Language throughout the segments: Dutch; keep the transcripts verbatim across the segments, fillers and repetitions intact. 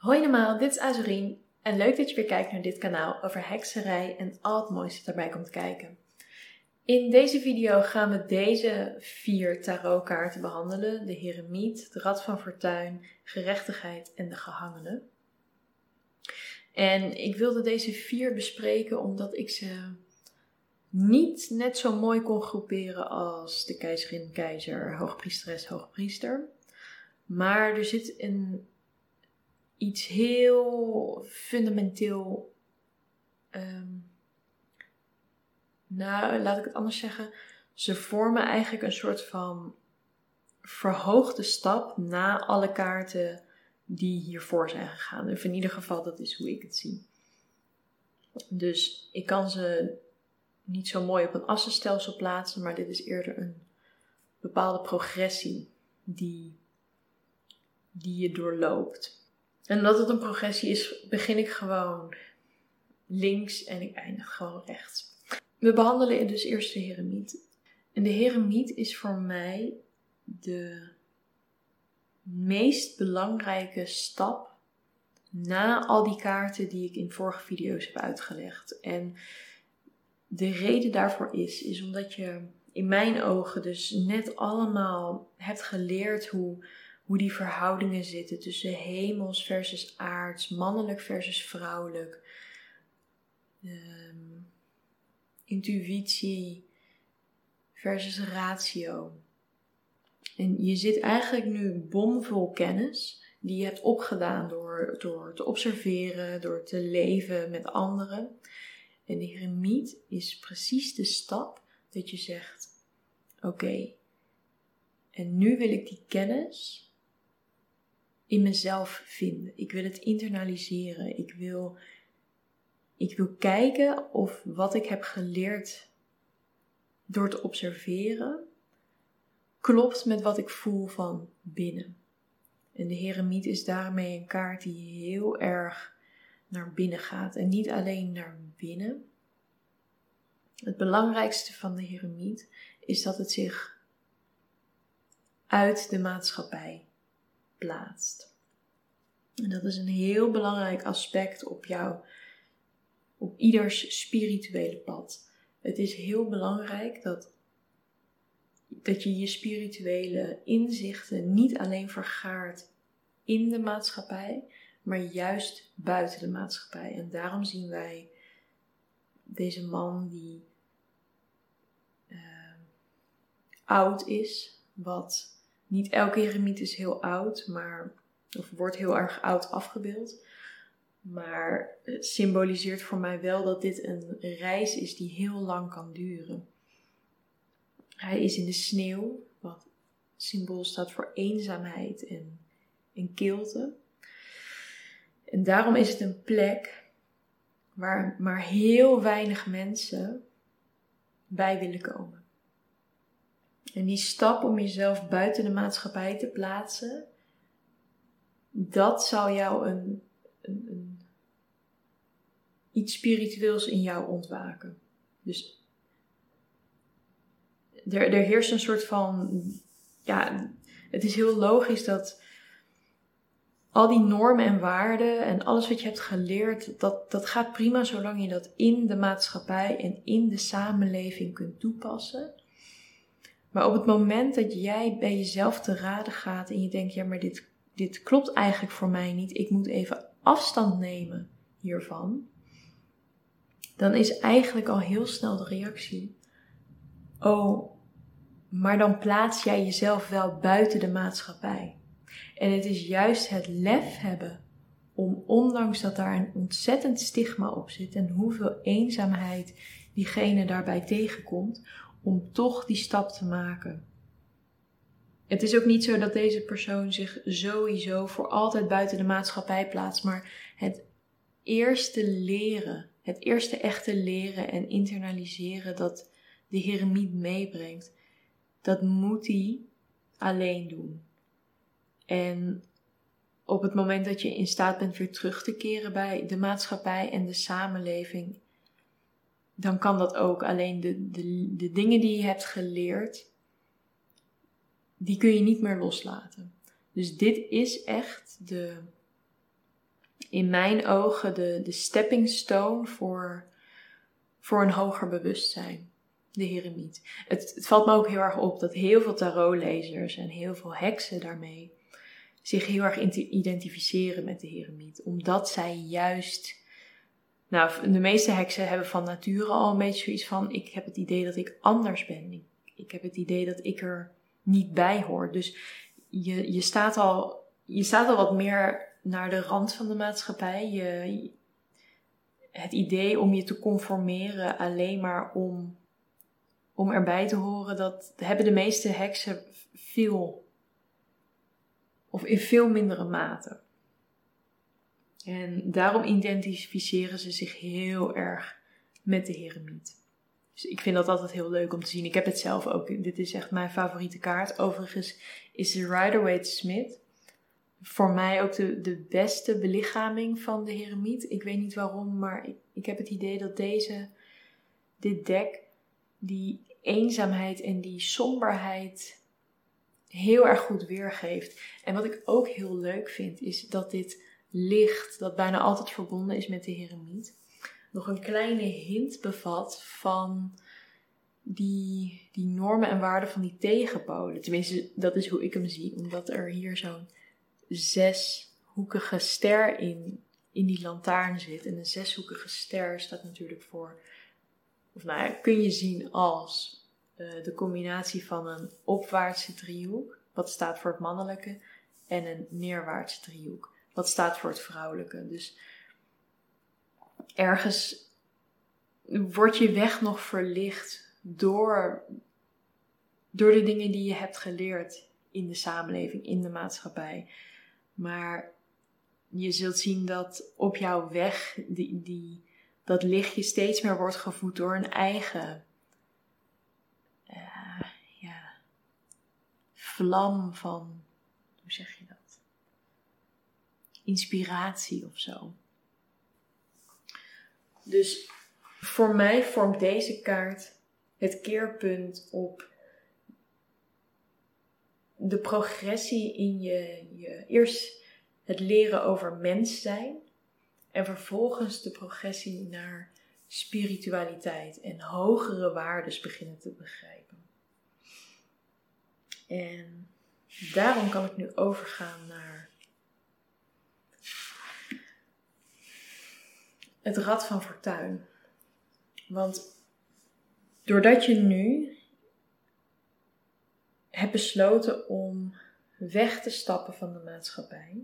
Hoi allemaal, dit is Azurien en leuk dat je weer kijkt naar dit kanaal over hekserij en al het mooiste daarbij komt kijken. In deze video gaan we deze vier tarotkaarten behandelen. De Heremiet, de Rad van Fortuin, Gerechtigheid en de Gehangene. En ik wilde deze vier bespreken omdat ik ze niet net zo mooi kon groeperen als de keizerin, keizer, hoogpriesteres, hoogpriester. Maar er zit een... iets heel fundamenteel, um, nou laat ik het anders zeggen, ze vormen eigenlijk een soort van verhoogde stap na alle kaarten die hiervoor zijn gegaan. Of in ieder geval, dat is hoe ik het zie. Dus ik kan ze niet zo mooi op een assenstelsel plaatsen, maar dit is eerder een bepaalde progressie die, die je doorloopt. En omdat het een progressie is, begin ik gewoon links en ik eindig gewoon rechts. We behandelen dus eerst de Heremiet. En de Heremiet is voor mij de meest belangrijke stap na al die kaarten die ik in vorige video's heb uitgelegd. En de reden daarvoor is, is omdat je in mijn ogen dus net allemaal hebt geleerd hoe... Hoe die verhoudingen zitten tussen hemels versus aards, mannelijk versus vrouwelijk, um, intuïtie versus ratio. En je zit eigenlijk nu bomvol kennis die je hebt opgedaan door, door te observeren, door te leven met anderen. En de Heremiet is precies de stap dat je zegt, oké, okay, en nu wil ik die kennis in mezelf vinden. Ik wil het internaliseren. Ik wil, ik wil kijken of wat ik heb geleerd door te observeren klopt met wat ik voel van binnen. En de Heremiet is daarmee een kaart die heel erg naar binnen gaat. En niet alleen naar binnen. Het belangrijkste van de Heremiet is dat het zich uit de maatschappij plaatst. En dat is een heel belangrijk aspect op jou, op ieders spirituele pad. Het is heel belangrijk dat, dat je je spirituele inzichten niet alleen vergaart in de maatschappij, maar juist buiten de maatschappij. En daarom zien wij deze man die uh, oud is, wat... Niet elke heremiet is heel oud, maar, of wordt heel erg oud afgebeeld. Maar het symboliseert voor mij wel dat dit een reis is die heel lang kan duren. Hij is in de sneeuw, wat symbool staat voor eenzaamheid en, en kilte. En daarom is het een plek waar maar heel weinig mensen bij willen komen. En die stap om jezelf buiten de maatschappij te plaatsen, dat zal jou een, een, een iets spiritueels in jou ontwaken. Dus er, er heerst een soort van, ja, het is heel logisch dat al die normen en waarden en alles wat je hebt geleerd, dat, dat gaat prima zolang je dat in de maatschappij en in de samenleving kunt toepassen. Maar op het moment dat jij bij jezelf te raden gaat en je denkt, ja maar dit, dit klopt eigenlijk voor mij niet, ik moet even afstand nemen hiervan, dan is eigenlijk al heel snel de reactie, oh, maar dan plaats jij jezelf wel buiten de maatschappij. En het is juist het lef hebben om, ondanks dat daar een ontzettend stigma op zit en hoeveel eenzaamheid diegene daarbij tegenkomt, om toch die stap te maken. Het is ook niet zo dat deze persoon zich sowieso voor altijd buiten de maatschappij plaatst, maar het eerste leren, het eerste echte leren en internaliseren dat de Heremiet meebrengt, dat moet hij alleen doen. En op het moment dat je in staat bent weer terug te keren bij de maatschappij en de samenleving, dan kan dat ook. Alleen de, de, de dingen die je hebt geleerd, die kun je niet meer loslaten. Dus dit is echt de, in mijn ogen de, de stepping stone voor, voor een hoger bewustzijn. De Heremiet. Het, het valt me ook heel erg op dat heel veel tarotlezers en heel veel heksen daarmee zich heel erg identificeren met de Heremiet. Omdat zij juist... Nou, de meeste heksen hebben van nature al een beetje zoiets van... Ik heb het idee dat ik anders ben. Ik, ik heb het idee dat ik er niet bij hoor. Dus je, je, staat al, je staat al wat meer naar de rand van de maatschappij. Je, het idee om je te conformeren alleen maar om... Om erbij te horen, dat hebben de meeste heksen veel, of in veel mindere mate. En daarom identificeren ze zich heel erg met de Heremiet. Dus ik vind dat altijd heel leuk om te zien. Ik heb het zelf ook. Dit is echt mijn favoriete kaart. Overigens is de Rider-Waite-Smith voor mij ook de, de beste belichaming van de Heremiet. Ik weet niet waarom, maar ik, ik heb het idee dat deze, dit deck, die eenzaamheid en die somberheid heel erg goed weergeeft. En wat ik ook heel leuk vind, is dat dit licht, dat bijna altijd verbonden is met de Heremiet, nog een kleine hint bevat van die, die normen en waarden van die tegenpolen. Tenminste, dat is hoe ik hem zie, omdat er hier zo'n zeshoekige ster in, in die lantaarn zit. En een zeshoekige ster staat natuurlijk voor, of nou ja, kun je zien als uh, de combinatie van een opwaartse driehoek, wat staat voor het mannelijke, en een neerwaartse driehoek, wat staat voor het vrouwelijke. Dus ergens wordt je weg nog verlicht door, door de dingen die je hebt geleerd in de samenleving, in de maatschappij. Maar je zult zien dat op jouw weg die, die, dat lichtje steeds meer wordt gevoed door een eigen uh, ja, vlam van, hoe zeg je dat? Inspiratie of zo. Dus voor mij vormt deze kaart het keerpunt op de progressie in je, je eerst het leren over mens zijn en vervolgens de progressie naar spiritualiteit en hogere waardes beginnen te begrijpen. En daarom kan ik nu overgaan naar het Rad van Fortuin. Want doordat je nu hebt besloten om weg te stappen van de maatschappij,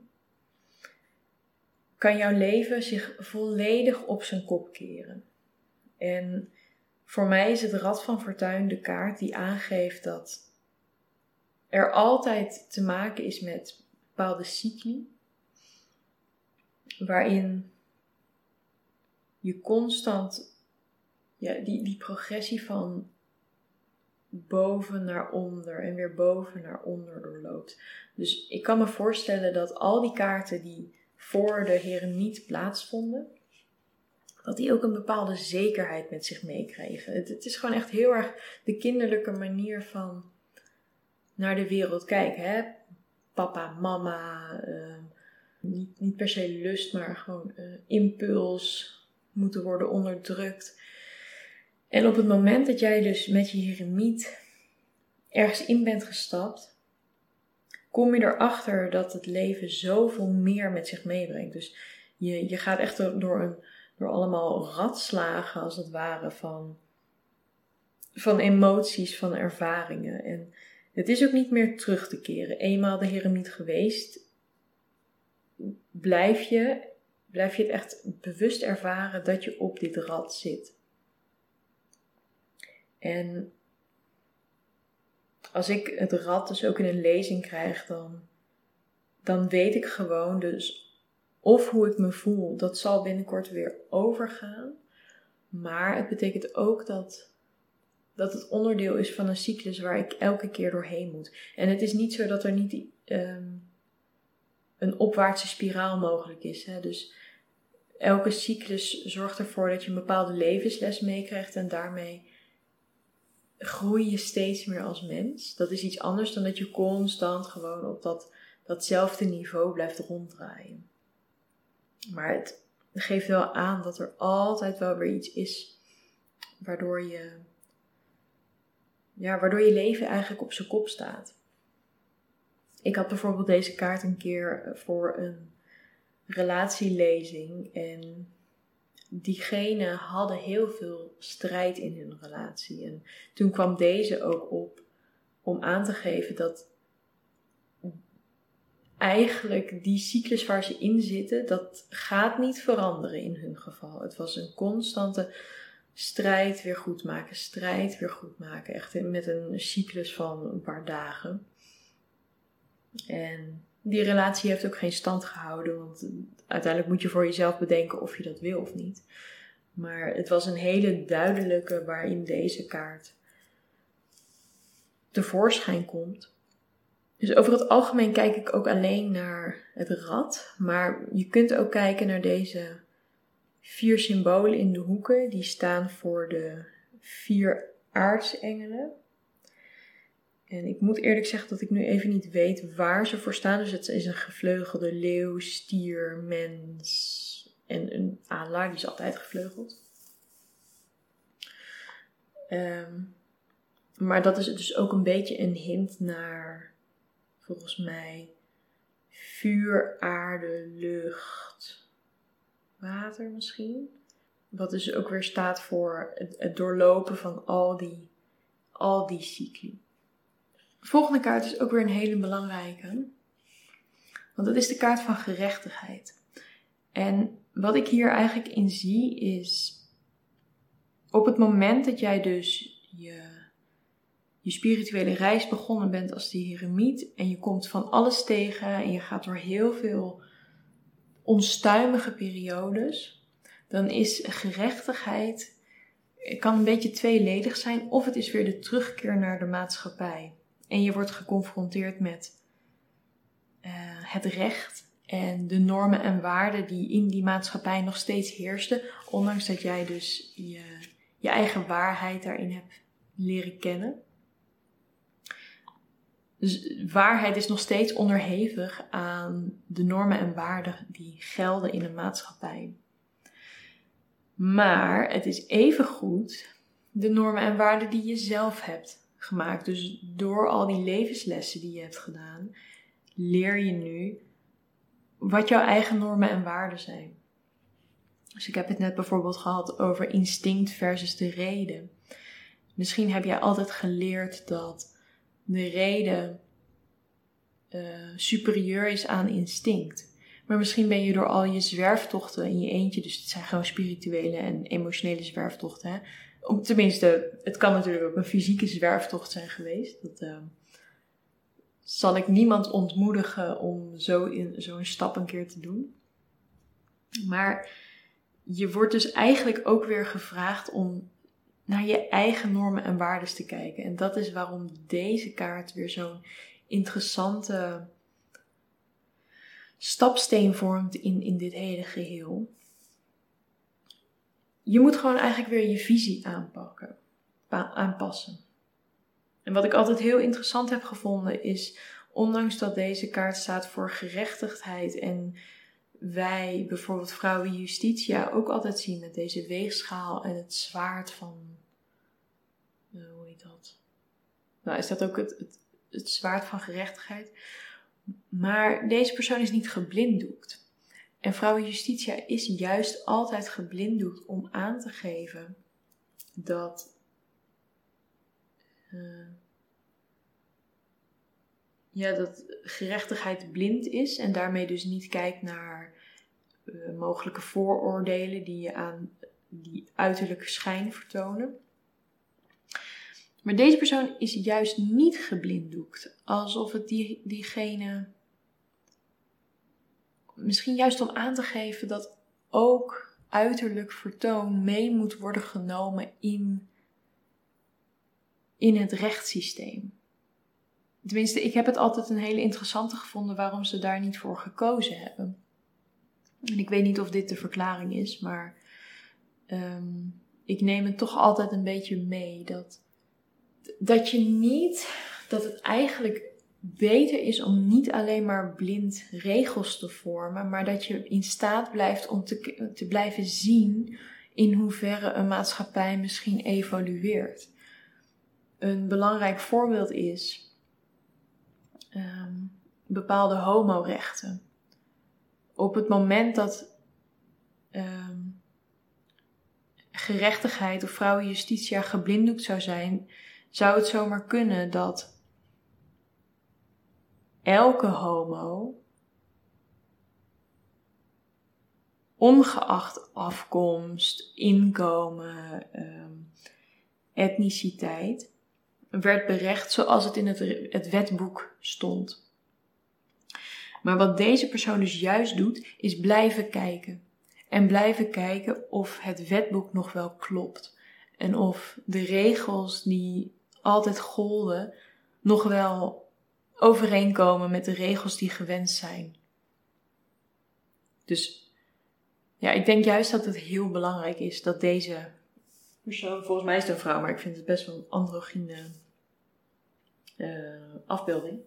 kan jouw leven zich volledig op zijn kop keren. En voor mij is het Rad van Fortuin de kaart die aangeeft dat er altijd te maken is met bepaalde cycli, waarin je constant ja, die, die progressie van boven naar onder en weer boven naar onder doorloopt. Dus ik kan me voorstellen dat al die kaarten die voor de Heremiet plaatsvonden, dat die ook een bepaalde zekerheid met zich meekregen. Het, het is gewoon echt heel erg de kinderlijke manier van naar de wereld kijken. Hè? Papa, mama, uh, niet, niet per se lust, maar gewoon uh, impuls moeten worden onderdrukt. En op het moment dat jij dus met je Heremiet ergens in bent gestapt, kom je erachter dat het leven zoveel meer met zich meebrengt. Dus je, je gaat echt door, een, door allemaal radslagen als het ware van, van emoties, van ervaringen. En het is ook niet meer terug te keren. Eenmaal de Heremiet geweest, blijf je, blijf je het echt bewust ervaren dat je op dit rad zit. En als ik het rad dus ook in een lezing krijg, dan, dan weet ik gewoon dus of hoe ik me voel, dat zal binnenkort weer overgaan. Maar het betekent ook dat, dat het onderdeel is van een cyclus waar ik elke keer doorheen moet. En het is niet zo dat er niet um, een opwaartse spiraal mogelijk is. Hè? Dus elke cyclus zorgt ervoor dat je een bepaalde levensles meekrijgt en daarmee groei je steeds meer als mens. Dat is iets anders dan dat je constant gewoon op dat, datzelfde niveau blijft ronddraaien. Maar het geeft wel aan dat er altijd wel weer iets is waardoor je, ja, waardoor je leven eigenlijk op zijn kop staat. Ik had bijvoorbeeld deze kaart een keer voor een relatielezing en diegenen hadden heel veel strijd in hun relatie. En toen kwam deze ook op om aan te geven dat eigenlijk die cyclus waar ze in zitten, dat gaat niet veranderen in hun geval. Het was een constante strijd weer goed maken, strijd weer goed maken. Echt met een cyclus van een paar dagen. En die relatie heeft ook geen stand gehouden, want uiteindelijk moet je voor jezelf bedenken of je dat wil of niet. Maar het was een hele duidelijke waarin deze kaart tevoorschijn komt. Dus over het algemeen kijk ik ook alleen naar het rad. Maar je kunt ook kijken naar deze vier symbolen in de hoeken. Die staan voor de vier aartsengelen. En ik moet eerlijk zeggen dat ik nu even niet weet waar ze voor staan. Dus het is een gevleugelde leeuw, stier, mens en een ala. Die is altijd gevleugeld. Um, maar dat is dus ook een beetje een hint naar, volgens mij, vuur, aarde, lucht, water misschien. Wat dus ook weer staat voor het, het doorlopen van al die, al die cycli. De volgende kaart is ook weer een hele belangrijke. Want dat is de kaart van gerechtigheid. En wat ik hier eigenlijk in zie is, op het moment dat jij dus je, je spirituele reis begonnen bent als die heremiet en je komt van alles tegen en je gaat door heel veel onstuimige periodes, dan is gerechtigheid, het kan een beetje tweeledig zijn, of het is weer de terugkeer naar de maatschappij. En je wordt geconfronteerd met uh, het recht en de normen en waarden die in die maatschappij nog steeds heersten, ondanks dat jij dus je, je eigen waarheid daarin hebt leren kennen. Dus waarheid is nog steeds onderhevig aan de normen en waarden die gelden in een maatschappij. Maar het is evengoed de normen en waarden die je zelf hebt gemaakt. Dus door al die levenslessen die je hebt gedaan, leer je nu wat jouw eigen normen en waarden zijn. Dus ik heb het net bijvoorbeeld gehad over instinct versus de reden. Misschien heb jij altijd geleerd dat de reden uh, superieur is aan instinct. Maar misschien ben je door al je zwerftochten in je eentje, dus het zijn gewoon spirituele en emotionele zwerftochten. Hè? Om, tenminste, het kan natuurlijk ook een fysieke zwerftocht zijn geweest. Dat uh, zal ik niemand ontmoedigen om zo in, zo'n stap een keer te doen. Maar je wordt dus eigenlijk ook weer gevraagd om naar je eigen normen en waarden te kijken. En dat is waarom deze kaart weer zo'n interessante stapsteen vormt in, in dit hele geheel. Je moet gewoon eigenlijk weer je visie aanpakken, aanpassen. En wat ik altijd heel interessant heb gevonden is, ondanks dat deze kaart staat voor gerechtigheid en wij bijvoorbeeld vrouwen Justitia ook altijd zien met deze weegschaal en het zwaard van, uh, hoe heet dat? Nou, is dat ook het, het, het zwaard van gerechtigheid? Maar deze persoon is niet geblinddoekt. En vrouwen Justitia is juist altijd geblinddoekt om aan te geven dat uh, ja, dat gerechtigheid blind is en daarmee dus niet kijkt naar uh, mogelijke vooroordelen die je aan die uiterlijke schijn vertonen. Maar deze persoon is juist niet geblinddoekt, alsof het die, diegene, misschien juist om aan te geven dat ook uiterlijk vertoon mee moet worden genomen in, in het rechtssysteem. Tenminste, ik heb het altijd een hele interessante gevonden waarom ze daar niet voor gekozen hebben. En ik weet niet of dit de verklaring is, maar um, ik neem het toch altijd een beetje mee dat, dat je niet, dat het eigenlijk beter is om niet alleen maar blind regels te vormen, maar dat je in staat blijft om te, te blijven zien in hoeverre een maatschappij misschien evolueert. Een belangrijk voorbeeld is um, bepaalde homorechten. Op het moment dat um, gerechtigheid of vrouwenjustitia geblinddoekt zou zijn, zou het zomaar kunnen dat elke homo, ongeacht afkomst, inkomen, um, etniciteit, werd berecht zoals het in het, het wetboek stond. Maar wat deze persoon dus juist doet, is blijven kijken. En blijven kijken of het wetboek nog wel klopt. En of de regels die altijd golden nog wel overeenkomen met de regels die gewenst zijn. Dus ja, ik denk juist dat het heel belangrijk is dat deze persoon, volgens mij is het een vrouw, maar ik vind het best wel een androgyne uh, afbeelding,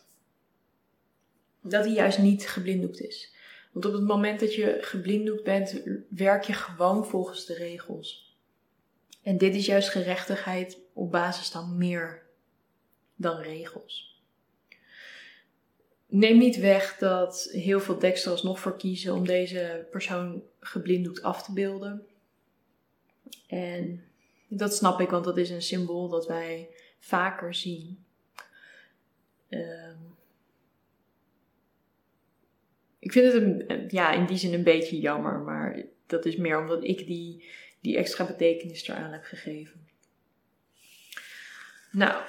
dat hij juist niet geblinddoekt is. Want op het moment dat je geblinddoekt bent, werk je gewoon volgens de regels. En dit is juist gerechtigheid op basis van meer dan regels. Neem niet weg dat heel veel teksten er alsnog voor kiezen om deze persoon geblinddoekt af te beelden. En dat snap ik, want dat is een symbool dat wij vaker zien. Uh, ik vind het een, ja, in die zin een beetje jammer, maar dat is meer omdat ik die, die extra betekenis eraan heb gegeven. Nou,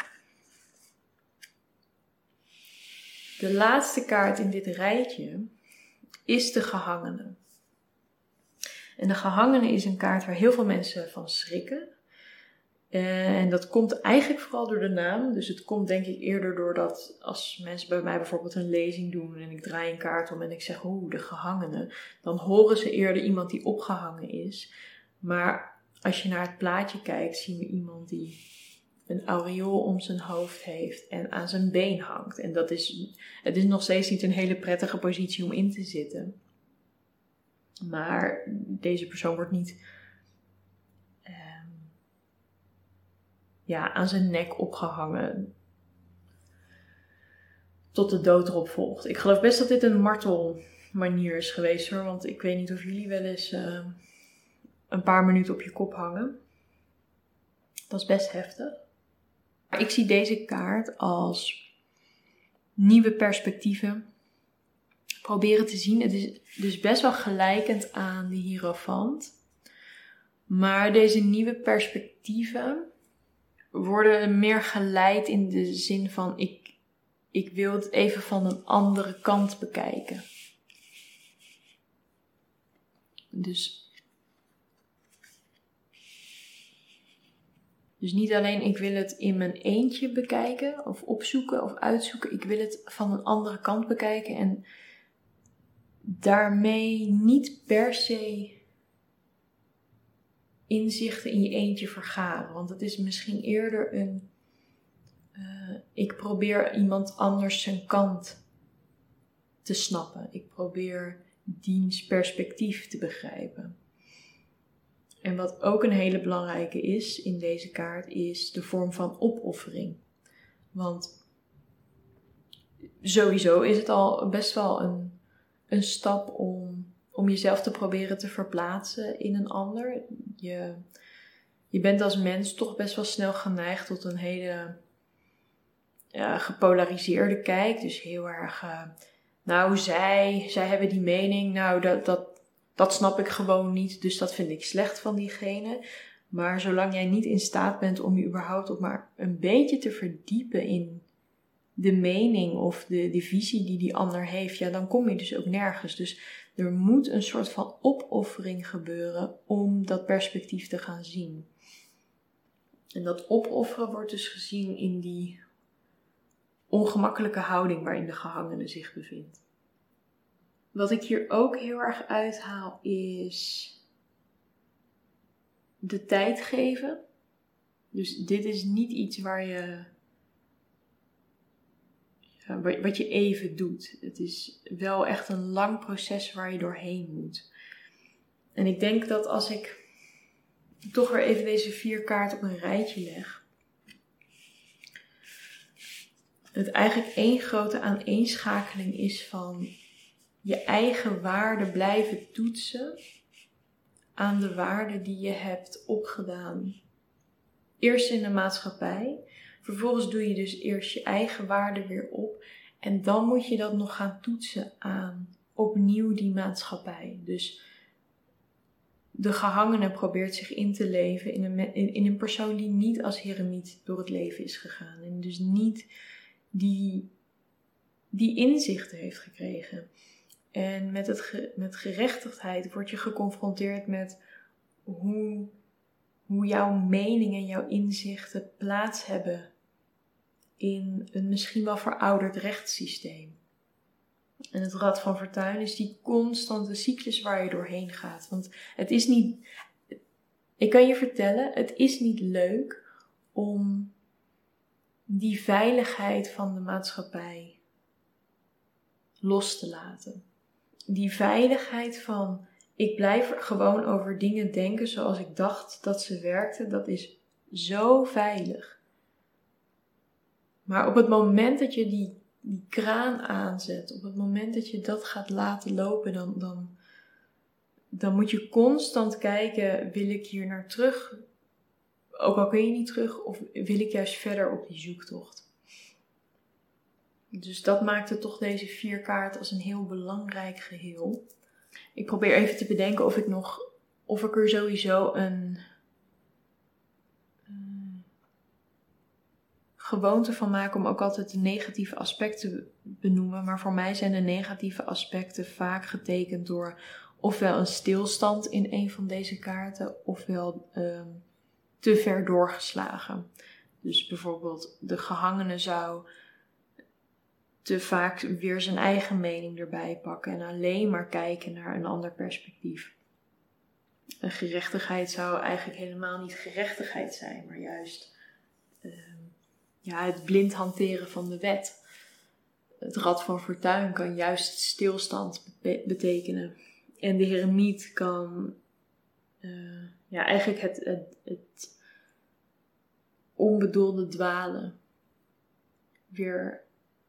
de laatste kaart in dit rijtje is de gehangene. En de gehangene is een kaart waar heel veel mensen van schrikken. En dat komt eigenlijk vooral door de naam. Dus het komt denk ik eerder doordat als mensen bij mij bijvoorbeeld een lezing doen en ik draai een kaart om en ik zeg oeh, de gehangene. Dan horen ze eerder iemand die opgehangen is. Maar als je naar het plaatje kijkt, zien we iemand die een aureool om zijn hoofd heeft en aan zijn been hangt. En dat is, het is nog steeds niet een hele prettige positie om in te zitten. Maar deze persoon wordt niet um, ja, aan zijn nek opgehangen tot de dood erop volgt. Ik geloof best dat dit een martelmanier is geweest hoor. Want ik weet niet of jullie wel eens uh, een paar minuten op je kop hangen. Dat is best heftig. Ik zie deze kaart als nieuwe perspectieven. Proberen te zien. Het is dus best wel gelijkend aan de Hierophant. Maar deze nieuwe perspectieven worden meer geleid in de zin van ik, ik wil het even van een andere kant bekijken. Dus Dus niet alleen ik wil het in mijn eentje bekijken of opzoeken of uitzoeken. Ik wil het van een andere kant bekijken en daarmee niet per se inzichten in je eentje vergaren. Want het is misschien eerder een, uh, ik probeer iemand anders zijn kant te snappen. Ik probeer diens perspectief te begrijpen. En wat ook een hele belangrijke is in deze kaart, is de vorm van opoffering. Want sowieso is het al best wel een, een stap om, om jezelf te proberen te verplaatsen in een ander. Je, je bent als mens toch best wel snel geneigd tot een hele ja, gepolariseerde kijk. Dus heel erg, uh, nou zij, zij hebben die mening, nou dat... dat Dat snap ik gewoon niet, dus dat vind ik slecht van diegene. Maar zolang jij niet in staat bent om je überhaupt ook maar een beetje te verdiepen in de mening of de, de visie die die ander heeft, ja, dan kom je dus ook nergens. Dus er moet een soort van opoffering gebeuren om dat perspectief te gaan zien. En dat opofferen wordt dus gezien in die ongemakkelijke houding waarin de gehangene zich bevindt. Wat ik hier ook heel erg uithaal is de tijd geven. Dus dit is niet iets waar je ja, wat je even doet. Het is wel echt een lang proces waar je doorheen moet. En ik denk dat als ik toch weer even deze vier kaarten op een rijtje leg, het eigenlijk één grote aaneenschakeling is van je eigen waarde blijven toetsen aan de waarden die je hebt opgedaan. Eerst in de maatschappij, vervolgens doe je dus eerst je eigen waarde weer op en dan moet je dat nog gaan toetsen aan opnieuw die maatschappij. Dus de gehangene probeert zich in te leven in een, in, in een persoon die niet als heremiet door het leven is gegaan en dus niet die, die inzichten heeft gekregen. En met, het ge, met gerechtigheid word je geconfronteerd met hoe, hoe jouw mening en jouw inzichten plaats hebben in een misschien wel verouderd rechtssysteem. En het Rad van Fortuin is die constante cyclus waar je doorheen gaat. Want het is niet, ik kan je vertellen, het is niet leuk om die veiligheid van de maatschappij los te laten. Die veiligheid van, ik blijf gewoon over dingen denken zoals ik dacht dat ze werkten, dat is zo veilig. Maar op het moment dat je die, die kraan aanzet, op het moment dat je dat gaat laten lopen, dan, dan, dan moet je constant kijken, wil ik hier naar terug? Ook al kun je niet terug, of wil ik juist verder op die zoektocht? Dus dat maakte toch deze vier kaarten als een heel belangrijk geheel. Ik probeer even te bedenken of ik nog, of ik er sowieso een um, gewoonte van maak om ook altijd de negatieve aspecten te benoemen. Maar voor mij zijn de negatieve aspecten vaak getekend door ofwel een stilstand in een van deze kaarten, ofwel um, te ver doorgeslagen. Dus bijvoorbeeld de gehangene zou te vaak weer zijn eigen mening erbij pakken en alleen maar kijken naar een ander perspectief. Een gerechtigheid zou eigenlijk helemaal niet gerechtigheid zijn, maar juist uh, ja, het blind hanteren van de wet. Het Rad van Fortuin kan juist stilstand be- betekenen. En de heremiet kan uh, ja, eigenlijk het, het, het onbedoelde dwalen weer,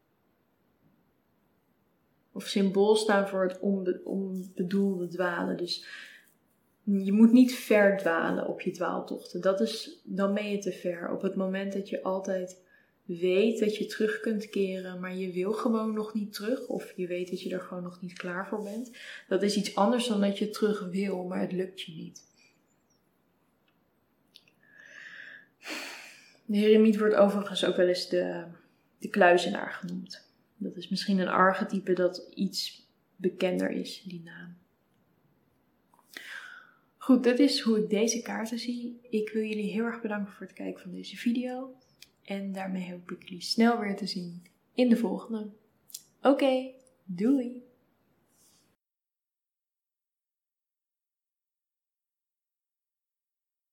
of symbool staan voor het onbe, onbedoelde dwalen. Dus je moet niet ver dwalen op je dwaaltochten. Dat is, dan ben je te ver. Op het moment dat je altijd weet dat je terug kunt keren, maar je wil gewoon nog niet terug, of je weet dat je er gewoon nog niet klaar voor bent. Dat is iets anders dan dat je terug wil, maar het lukt je niet. De heremiet wordt overigens ook wel eens de, de kluizenaar genoemd. Dat is misschien een archetype dat iets bekender is, die naam. Goed, dat is hoe ik deze kaarten zie. Ik wil jullie heel erg bedanken voor het kijken van deze video. En daarmee hoop ik jullie snel weer te zien in de volgende. Oké, okay, doei!